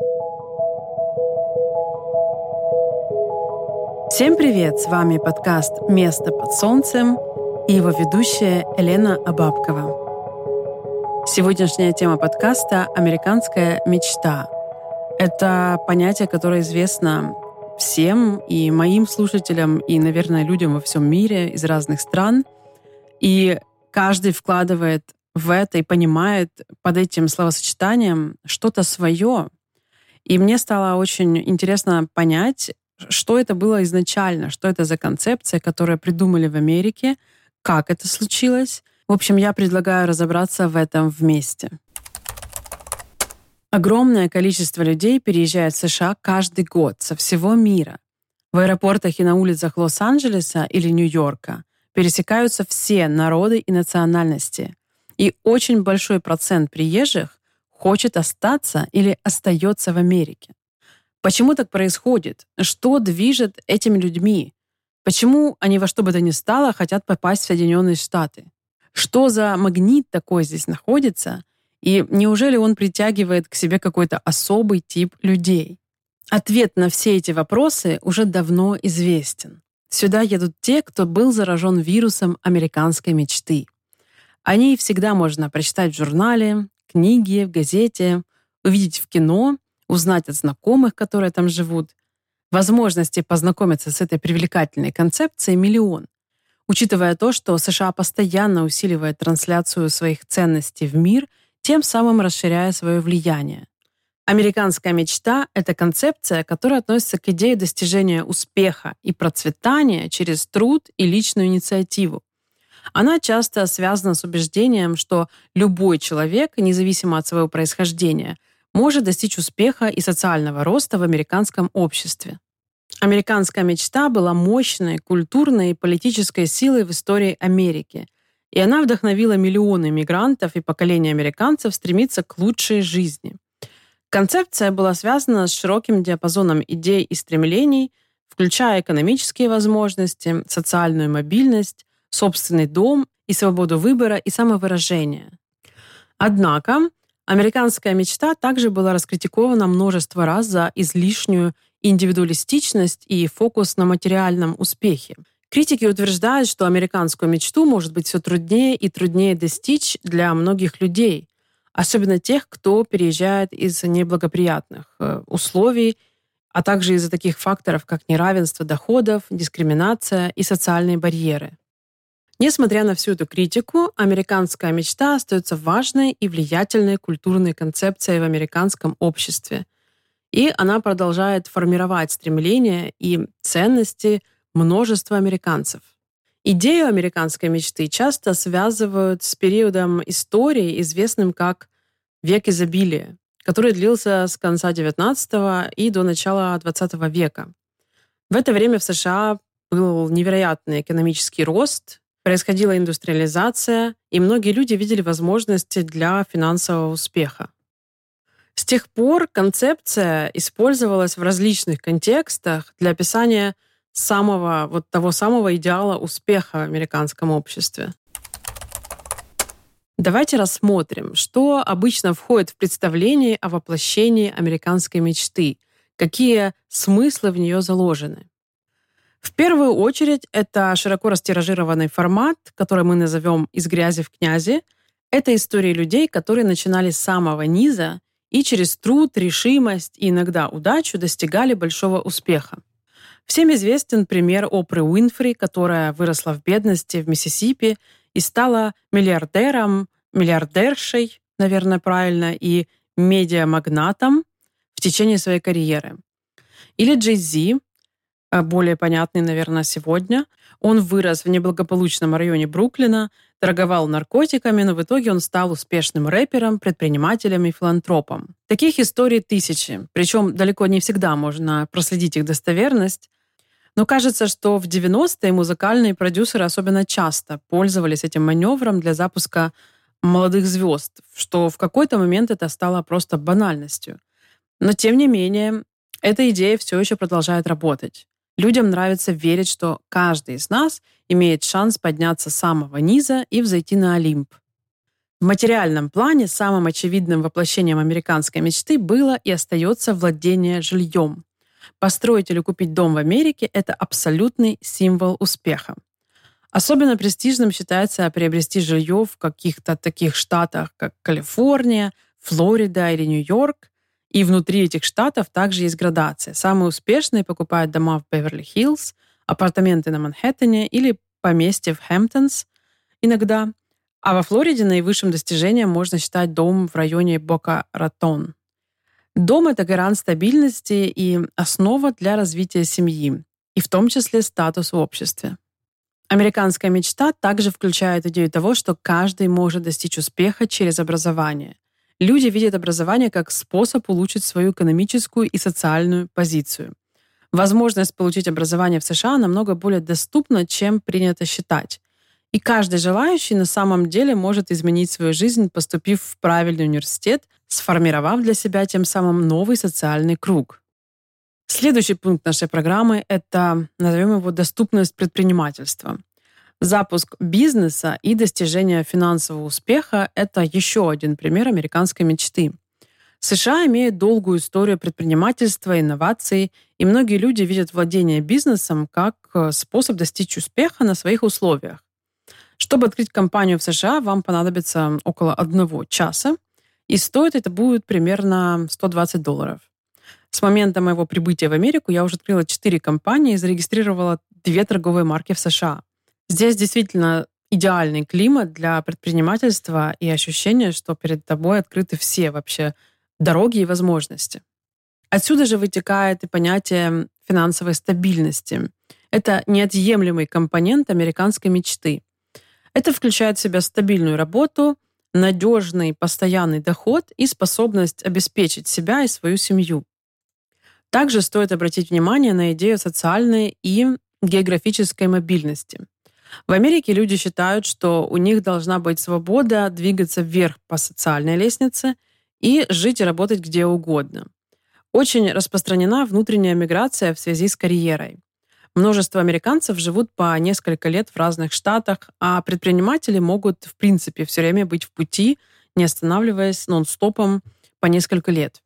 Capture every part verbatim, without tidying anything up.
Всем привет! С вами подкаст «Место под солнцем» и его ведущая Елена Абабкова. Сегодняшняя тема подкаста — «Американская мечта». Это понятие, которое известно всем, и моим слушателям, и, наверное, людям во всем мире из разных стран. И каждый вкладывает в это и понимает под этим словосочетанием что-то свое. И мне стало очень интересно понять, что это было изначально, что это за концепция, которую придумали в Америке, как это случилось. В общем, я предлагаю разобраться в этом вместе. Огромное количество людей переезжает в США каждый год со всего мира. В аэропортах и на улицах Лос-Анджелеса или Нью-Йорка пересекаются все народы и национальности. И очень большой процент приезжих хочет остаться или остается в Америке. Почему так происходит? Что движет этими людьми? Почему они во что бы то ни стало хотят попасть в Соединенные Штаты? Что за магнит такой здесь находится? И неужели он притягивает к себе какой-то особый тип людей? Ответ на все эти вопросы уже давно известен. Сюда едут те, кто был заражен вирусом американской мечты. О ней всегда можно прочитать в журнале, книге, в газете, увидеть в кино, узнать от знакомых, которые там живут. Возможности познакомиться с этой привлекательной концепцией миллион. Учитывая то, что США постоянно усиливает трансляцию своих ценностей в мир, тем самым расширяя свое влияние. Американская мечта — это концепция, которая относится к идее достижения успеха и процветания через труд и личную инициативу. Она часто связана с убеждением, что любой человек, независимо от своего происхождения, может достичь успеха и социального роста в американском обществе. Американская мечта была мощной культурной и политической силой в истории Америки, и она вдохновила миллионы мигрантов и поколения американцев стремиться к лучшей жизни. Концепция была связана с широким диапазоном идей и стремлений, включая экономические возможности, социальную мобильность, собственный дом и свободу выбора и самовыражения. Однако американская мечта также была раскритикована множество раз за излишнюю индивидуалистичность и фокус на материальном успехе. Критики утверждают, что американскую мечту может быть все труднее и труднее достичь для многих людей, особенно тех, кто переезжает из неблагоприятных условий, а также из-за таких факторов, как неравенство доходов, дискриминация и социальные барьеры. Несмотря на всю эту критику, американская мечта остается важной и влиятельной культурной концепцией в американском обществе. И она продолжает формировать стремления и ценности множества американцев. Идею американской мечты часто связывают с периодом истории, известным как «Век изобилия», который длился с конца девятнадцатого и до начала двадцатого века. В это время в США был невероятный экономический рост, происходила индустриализация, и многие люди видели возможности для финансового успеха. С тех пор концепция использовалась в различных контекстах для описания самого, вот того самого идеала успеха в американском обществе. Давайте рассмотрим, что обычно входит в представление о воплощении американской мечты, какие смыслы в нее заложены. В первую очередь, это широко растиражированный формат, который мы назовем «из грязи в князи». Это истории людей, которые начинали с самого низа и через труд, решимость и иногда удачу достигали большого успеха. Всем известен пример Опры Уинфри, которая выросла в бедности в Миссисипи и стала миллиардером, миллиардершей, наверное, правильно, и медиамагнатом в течение своей карьеры. Или Джей Зи, более понятный, наверное, сегодня. Он вырос в неблагополучном районе Бруклина, торговал наркотиками, но в итоге он стал успешным рэпером, предпринимателем и филантропом. Таких историй тысячи, причем далеко не всегда можно проследить их достоверность. Но кажется, что в девяностые музыкальные продюсеры особенно часто пользовались этим маневром для запуска молодых звезд, что в какой-то момент это стало просто банальностью. Но тем не менее, эта идея все еще продолжает работать. Людям нравится верить, что каждый из нас имеет шанс подняться с самого низа и взойти на Олимп. В материальном плане самым очевидным воплощением американской мечты было и остается владение жильем. Построить или купить дом в Америке – это абсолютный символ успеха. Особенно престижным считается приобрести жилье в каких-то таких штатах, как Калифорния, Флорида или Нью-Йорк. И внутри этих штатов также есть градация. Самые успешные покупают дома в Беверли-Хиллз, апартаменты на Манхэттене или поместье в Хэмптонс иногда. А во Флориде наивысшим достижением можно считать дом в районе Бока-Ратон. Дом – это гарант стабильности и основа для развития семьи, и в том числе статус в обществе. Американская мечта также включает идею того, что каждый может достичь успеха через образование. Люди видят образование как способ улучшить свою экономическую и социальную позицию. Возможность получить образование в США намного более доступна, чем принято считать. И каждый желающий на самом деле может изменить свою жизнь, поступив в правильный университет, сформировав для себя тем самым новый социальный круг. Следующий пункт нашей программы – это, назовем его, доступность предпринимательства. Запуск бизнеса и достижение финансового успеха – это еще один пример американской мечты. США имеют долгую историю предпринимательства, инноваций, и многие люди видят владение бизнесом как способ достичь успеха на своих условиях. Чтобы открыть компанию в США, вам понадобится около одного часа, и стоит это будет примерно сто двадцать долларов. С момента моего прибытия в Америку я уже открыла четыре компании и зарегистрировала две торговые марки в США. Здесь действительно идеальный климат для предпринимательства и ощущение, что перед тобой открыты все вообще дороги и возможности. Отсюда же вытекает и понятие финансовой стабильности. Это неотъемлемый компонент американской мечты. Это включает в себя стабильную работу, надежный постоянный доход и способность обеспечить себя и свою семью. Также стоит обратить внимание на идею социальной и географической мобильности. В Америке люди считают, что у них должна быть свобода двигаться вверх по социальной лестнице и жить и работать где угодно. Очень распространена внутренняя миграция в связи с карьерой. Множество американцев живут по несколько лет в разных штатах, а предприниматели могут, в принципе, все время быть в пути, не останавливаясь нон-стопом по несколько лет.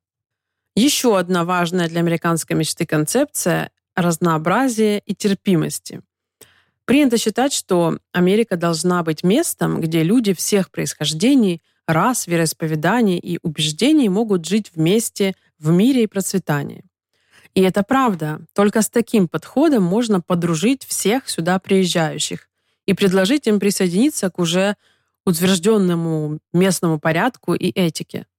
Еще одна важная для американской мечты концепция – разнообразие и терпимости. Принято считать, что Америка должна быть местом, где люди всех происхождений, рас, вероисповеданий и убеждений могут жить вместе в мире и процветании. И это правда. Только с таким подходом можно подружить всех сюда приезжающих и предложить им присоединиться к уже утвержденному местному порядку и этике.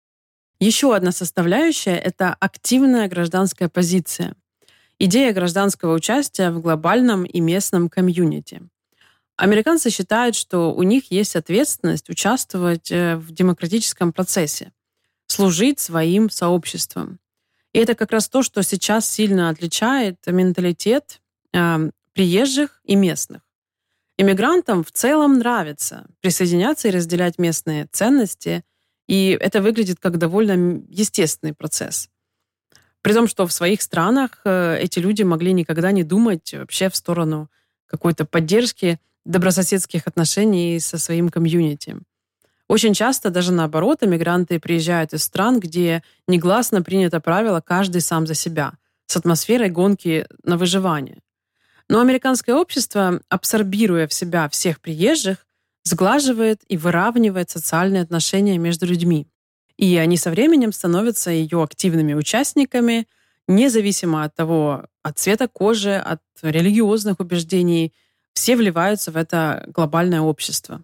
Еще одна составляющая – это активная гражданская позиция. Идея гражданского участия в глобальном и местном комьюнити. Американцы считают, что у них есть ответственность участвовать в демократическом процессе, служить своим сообществам. И это как раз то, что сейчас сильно отличает менталитет э, приезжих и местных. Иммигрантам в целом нравится присоединяться и разделять местные ценности, и это выглядит как довольно естественный процесс. При том, что в своих странах э, эти люди могли никогда не думать вообще в сторону какой-то поддержки добрососедских отношений со своим комьюнити. Очень часто, даже наоборот, эмигранты приезжают из стран, где негласно принято правило «каждый сам за себя», с атмосферой гонки на выживание. Но американское общество, абсорбируя в себя всех приезжих, сглаживает и выравнивает социальные отношения между людьми. И они со временем становятся ее активными участниками, независимо от того, от цвета кожи, от религиозных убеждений, все вливаются в это глобальное общество.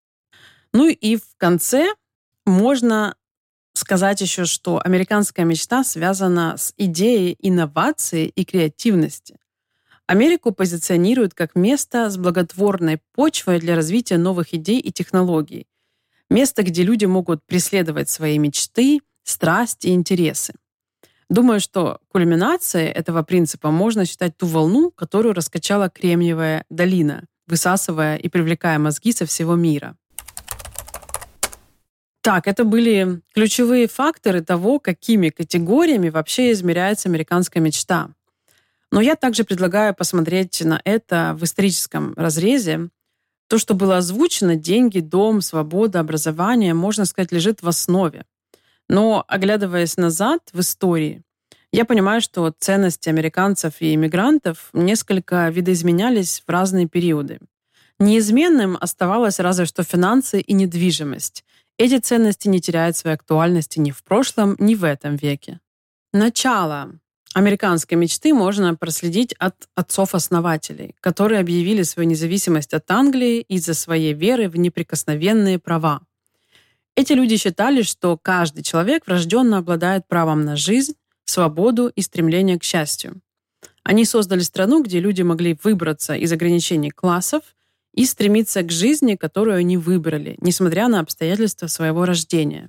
Ну и в конце можно сказать еще, что американская мечта связана с идеей инновации и креативности. Америку позиционируют как место с благотворной почвой для развития новых идей и технологий. Место, где люди могут преследовать свои мечты, страсти и интересы. Думаю, что кульминацией этого принципа можно считать ту волну, которую раскачала Кремниевая долина, высасывая и привлекая мозги со всего мира. Так, это были ключевые факторы того, какими категориями вообще измеряется американская мечта. Но я также предлагаю посмотреть на это в историческом разрезе. То, что было озвучено, деньги, дом, свобода, образование, можно сказать, лежит в основе. Но, оглядываясь назад в истории, я понимаю, что ценности американцев и иммигрантов несколько видоизменялись в разные периоды. Неизменным оставалось разве что финансы и недвижимость. Эти ценности не теряют своей актуальности ни в прошлом, ни в этом веке. Начало американской мечты можно проследить от отцов-основателей, которые объявили свою независимость от Англии из-за своей веры в неприкосновенные права. Эти люди считали, что каждый человек врожденно обладает правом на жизнь, свободу и стремление к счастью. Они создали страну, где люди могли выбраться из ограничений классов и стремиться к жизни, которую они выбрали, несмотря на обстоятельства своего рождения.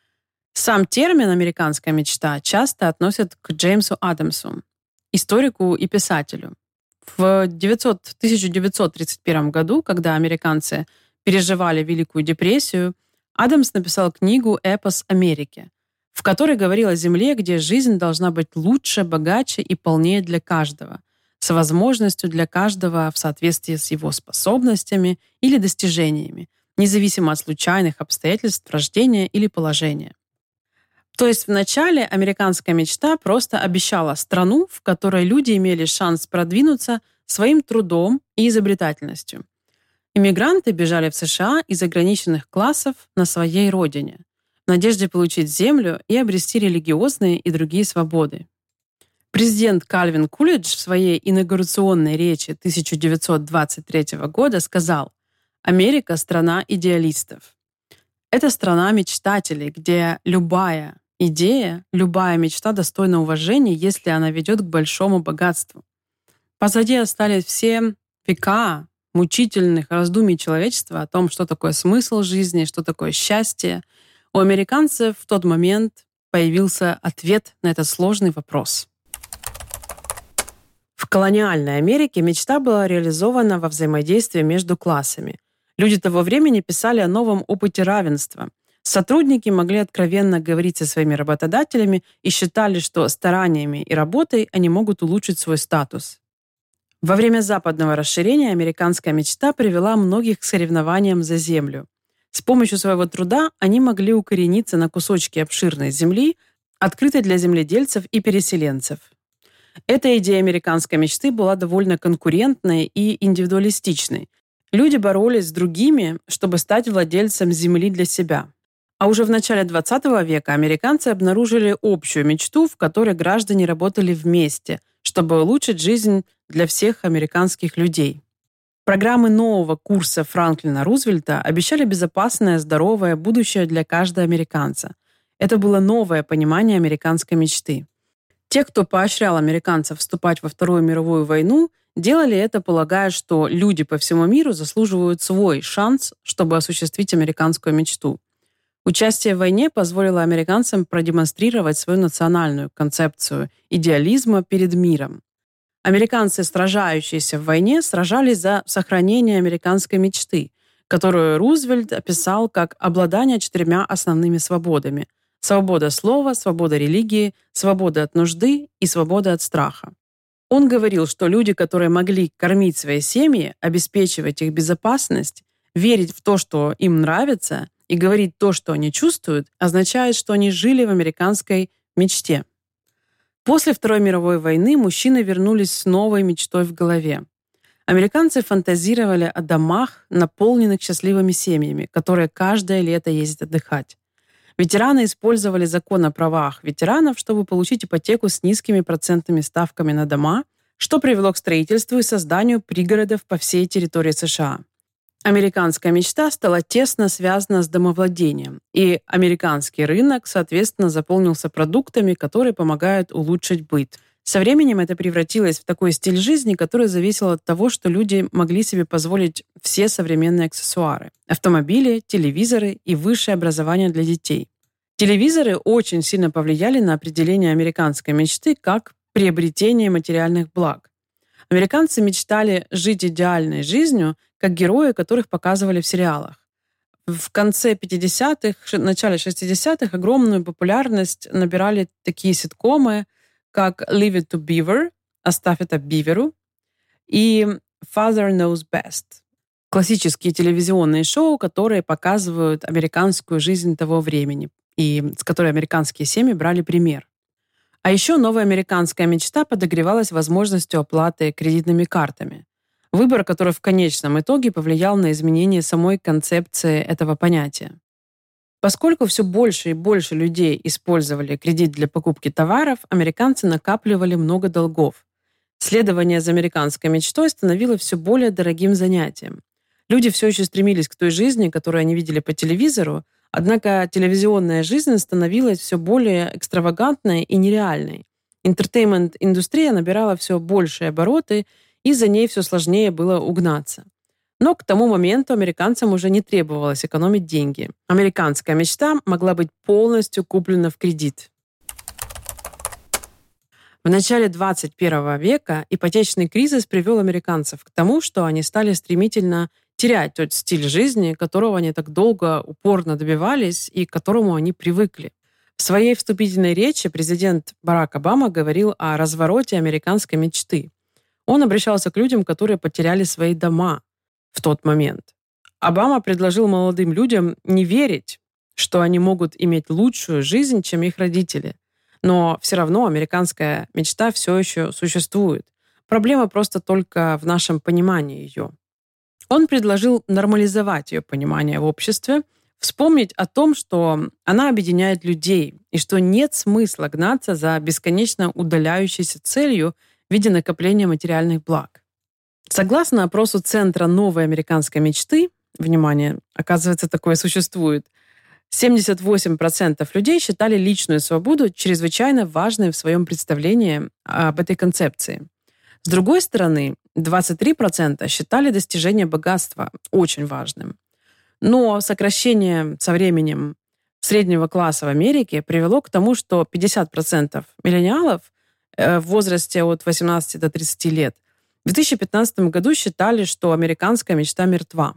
Сам термин «американская мечта» часто относят к Джеймсу Адамсу, историку и писателю. В тысяча девятьсот тридцать первом году, когда американцы переживали Великую депрессию, Адамс написал книгу «Эпос Америки», в которой говорил о земле, где жизнь должна быть лучше, богаче и полнее для каждого, с возможностью для каждого в соответствии с его способностями или достижениями, независимо от случайных обстоятельств рождения или положения. То есть вначале американская мечта просто обещала страну, в которой люди имели шанс продвинуться своим трудом и изобретательностью. Иммигранты бежали в США из ограниченных классов на своей родине, в надежде получить землю и обрести религиозные и другие свободы. Президент Кальвин Кулидж в своей инаугурационной речи тысяча девятьсот двадцать третьего года сказал: «Америка – страна идеалистов. Это страна мечтателей, где любая идея, любая мечта достойна уважения, если она ведет к большому богатству. Позади остались все века мучительных раздумий человечества о том, что такое смысл жизни, что такое счастье. У американцев в тот момент появился ответ на этот сложный вопрос». В колониальной Америке мечта была реализована во взаимодействии между классами. Люди того времени писали о новом опыте равенства. Сотрудники могли откровенно говорить со своими работодателями и считали, что стараниями и работой они могут улучшить свой статус. Во время западного расширения американская мечта привела многих к соревнованиям за землю. С помощью своего труда они могли укорениться на кусочке обширной земли, открытой для земледельцев и переселенцев. Эта идея американской мечты была довольно конкурентной и индивидуалистичной. Люди боролись с другими, чтобы стать владельцем земли для себя. А уже в начале двадцатого века американцы обнаружили общую мечту, в которой граждане работали вместе, чтобы улучшить жизнь для всех американских людей. Программы нового курса Франклина Рузвельта обещали безопасное, здоровое будущее для каждого американца. Это было новое понимание американской мечты. Те, кто поощрял американцев вступать во Вторую мировую войну, делали это, полагая, что люди по всему миру заслуживают свой шанс, чтобы осуществить американскую мечту. Участие в войне позволило американцам продемонстрировать свою национальную концепцию идеализма перед миром. Американцы, сражающиеся в войне, сражались за сохранение американской мечты, которую Рузвельт описал как обладание четырьмя основными свободами: свобода слова, свобода религии, свобода от нужды и свобода от страха. Он говорил, что люди, которые могли кормить свои семьи, обеспечивать их безопасность, верить в то, что им нравится, и говорить то, что они чувствуют, означает, что они жили в американской мечте. После Второй мировой войны мужчины вернулись с новой мечтой в голове. Американцы фантазировали о домах, наполненных счастливыми семьями, которые каждое лето ездят отдыхать. Ветераны использовали закон о правах ветеранов, чтобы получить ипотеку с низкими процентными ставками на дома, что привело к строительству и созданию пригородов по всей территории США. Американская мечта стала тесно связана с домовладением, и американский рынок, соответственно, заполнился продуктами, которые помогают улучшить быт. Со временем это превратилось в такой стиль жизни, который зависел от того, что люди могли себе позволить все современные аксессуары: автомобили, телевизоры и высшее образование для детей. Телевизоры очень сильно повлияли на определение американской мечты как приобретение материальных благ. Американцы мечтали жить идеальной жизнью, как герои, которых показывали в сериалах. В конце пятидесятых, начале шестидесятых огромную популярность набирали такие ситкомы, как «Leave it to Beaver», «Оставь это Биверу» и «Father Knows Best». Классические телевизионные шоу, которые показывают американскую жизнь того времени и с которой американские семьи брали пример. А еще новая американская мечта подогревалась возможностью оплаты кредитными картами. Выбор, который в конечном итоге повлиял на изменение самой концепции этого понятия. Поскольку все больше и больше людей использовали кредит для покупки товаров, американцы накапливали много долгов. Следование за американской мечтой становилось все более дорогим занятием. Люди все еще стремились к той жизни, которую они видели по телевизору, однако телевизионная жизнь становилась все более экстравагантной и нереальной. Интертеймент-индустрия набирала все большие обороты, и за ней все сложнее было угнаться. Но к тому моменту американцам уже не требовалось экономить деньги. Американская мечта могла быть полностью куплена в кредит. В начале двадцать первого века ипотечный кризис привел американцев к тому, что они стали стремительно терять тот стиль жизни, которого они так долго упорно добивались и к которому они привыкли. В своей вступительной речи президент Барак Обама говорил о развороте американской мечты. Он обращался к людям, которые потеряли свои дома в тот момент. Обама предложил молодым людям не верить, что они могут иметь лучшую жизнь, чем их родители. Но все равно американская мечта все еще существует. Проблема просто только в нашем понимании ее. Он предложил нормализовать ее понимание в обществе, вспомнить о том, что она объединяет людей, и что нет смысла гнаться за бесконечно удаляющейся целью в виде накопления материальных благ. Согласно опросу Центра новой американской мечты, внимание, оказывается, такое существует, семьдесят восемь процентов людей считали личную свободу чрезвычайно важной в своем представлении об этой концепции. С другой стороны, двадцать три процента считали достижение богатства очень важным. Но сокращение со временем среднего класса в Америке привело к тому, что пятьдесят процентов миллениалов в возрасте от восемнадцати до тридцати лет в две тысячи пятнадцатом году считали, что американская мечта мертва.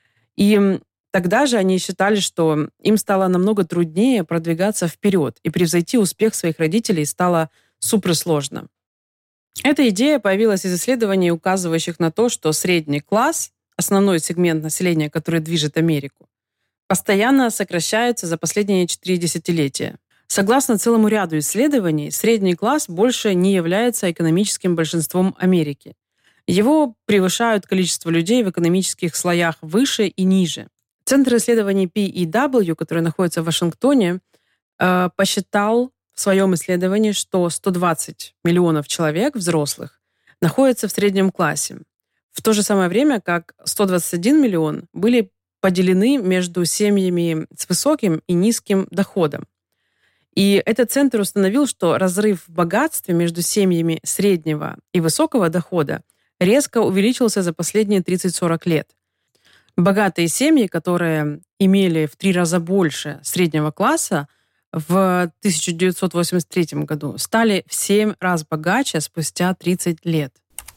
И тогда же они считали, что им стало намного труднее продвигаться вперед, и превзойти успех своих родителей стало суперсложно. Эта идея появилась из исследований, указывающих на то, что средний класс, основной сегмент населения, который движет Америку, постоянно сокращается за последние четыре десятилетия. Согласно целому ряду исследований, средний класс больше не является экономическим большинством Америки. Его превышают количество людей в экономических слоях выше и ниже. Центр исследований пи и дабл ю, который находится в Вашингтоне, посчитал в своем исследовании, что сто двадцать миллионов человек, взрослых, находятся в среднем классе. В то же самое время, как сто двадцать один миллион были поделены между семьями с высоким и низким доходом. И этот центр установил, что разрыв в богатстве между семьями среднего и высокого дохода резко увеличился за последние тридцать-сорок лет. Богатые семьи, которые имели в три раза больше среднего класса, в тысяча девятьсот восемьдесят третьем году стали в семь раз богаче спустя тридцать лет.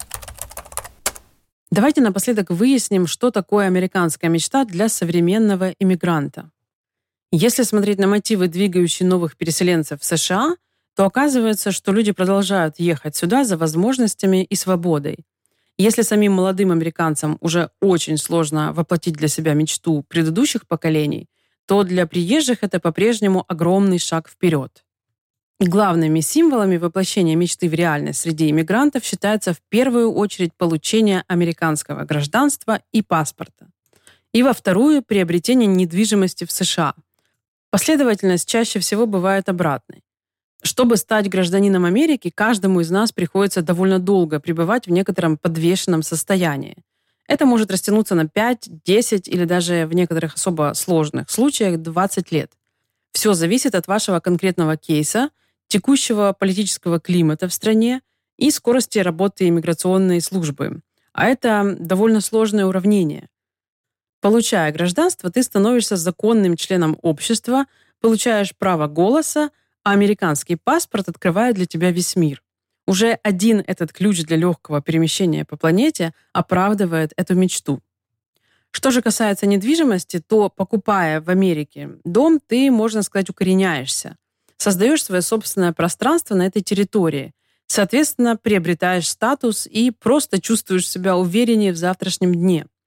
Давайте напоследок выясним, что такое американская мечта для современного иммигранта. Если смотреть на мотивы, двигающие новых переселенцев в США, то оказывается, что люди продолжают ехать сюда за возможностями и свободой. Если самим молодым американцам уже очень сложно воплотить для себя мечту предыдущих поколений, то для приезжих это по-прежнему огромный шаг вперед. Главными символами воплощения мечты в реальность среди иммигрантов считается в первую очередь получение американского гражданства и паспорта. И во вторую – приобретение недвижимости в США. Последовательность чаще всего бывает обратной. Чтобы стать гражданином Америки, каждому из нас приходится довольно долго пребывать в некотором подвешенном состоянии. Это может растянуться на пять, десять или даже в некоторых особо сложных случаях двадцать лет. Все зависит от вашего конкретного кейса, текущего политического климата в стране и скорости работы иммиграционной службы. А это довольно сложное уравнение. Получая гражданство, ты становишься законным членом общества, получаешь право голоса, а американский паспорт открывает для тебя весь мир. Уже один этот ключ для легкого перемещения по планете оправдывает эту мечту. Что же касается недвижимости, то, покупая в Америке дом, ты, можно сказать, укореняешься. Создаешь свое собственное пространство на этой территории. Соответственно, приобретаешь статус и просто чувствуешь себя увереннее в завтрашнем дне.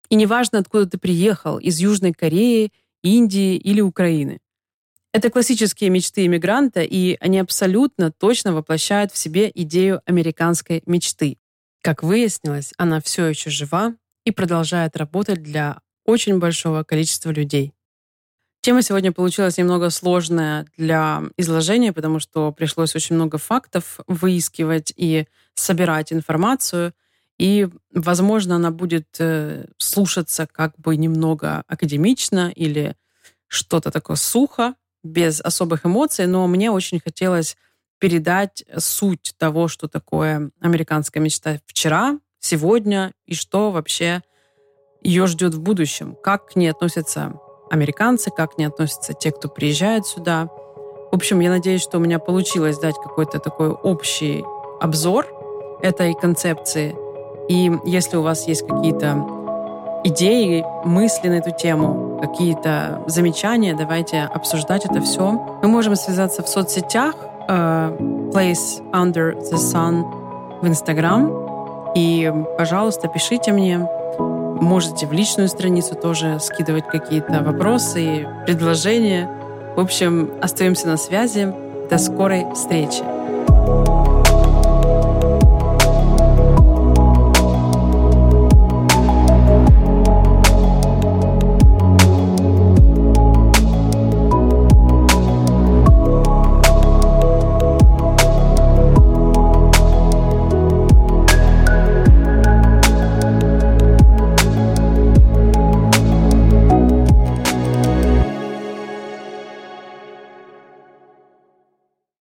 И неважно, откуда ты приехал, из Южной Кореи, Индии или Украины. Это классические мечты иммигранта, и они абсолютно точно воплощают в себе идею американской мечты. Как выяснилось, она все еще жива и продолжает работать для очень большого количества людей. Тема сегодня получилась немного сложная для изложения, потому что пришлось очень много фактов выискивать и собирать информацию. И, возможно, она будет э, слушаться как бы немного академично или что-то такое сухо, без особых эмоций, но мне очень хотелось передать суть того, что такое американская мечта вчера, сегодня и что вообще ее ждет в будущем. Как к ней относятся американцы, как к ней относятся те, кто приезжает сюда. В общем, я надеюсь, что у меня получилось дать какой-то такой общий обзор этой концепции. И если у вас есть какие-то идеи, мысли на эту тему, какие-то замечания, давайте обсуждать это все. Мы можем связаться в соцсетях э, Place Under the Sun в Instagram. И, пожалуйста, пишите мне. Можете в личную страницу тоже скидывать какие-то вопросы и предложения. В общем, остаемся на связи. До скорой встречи.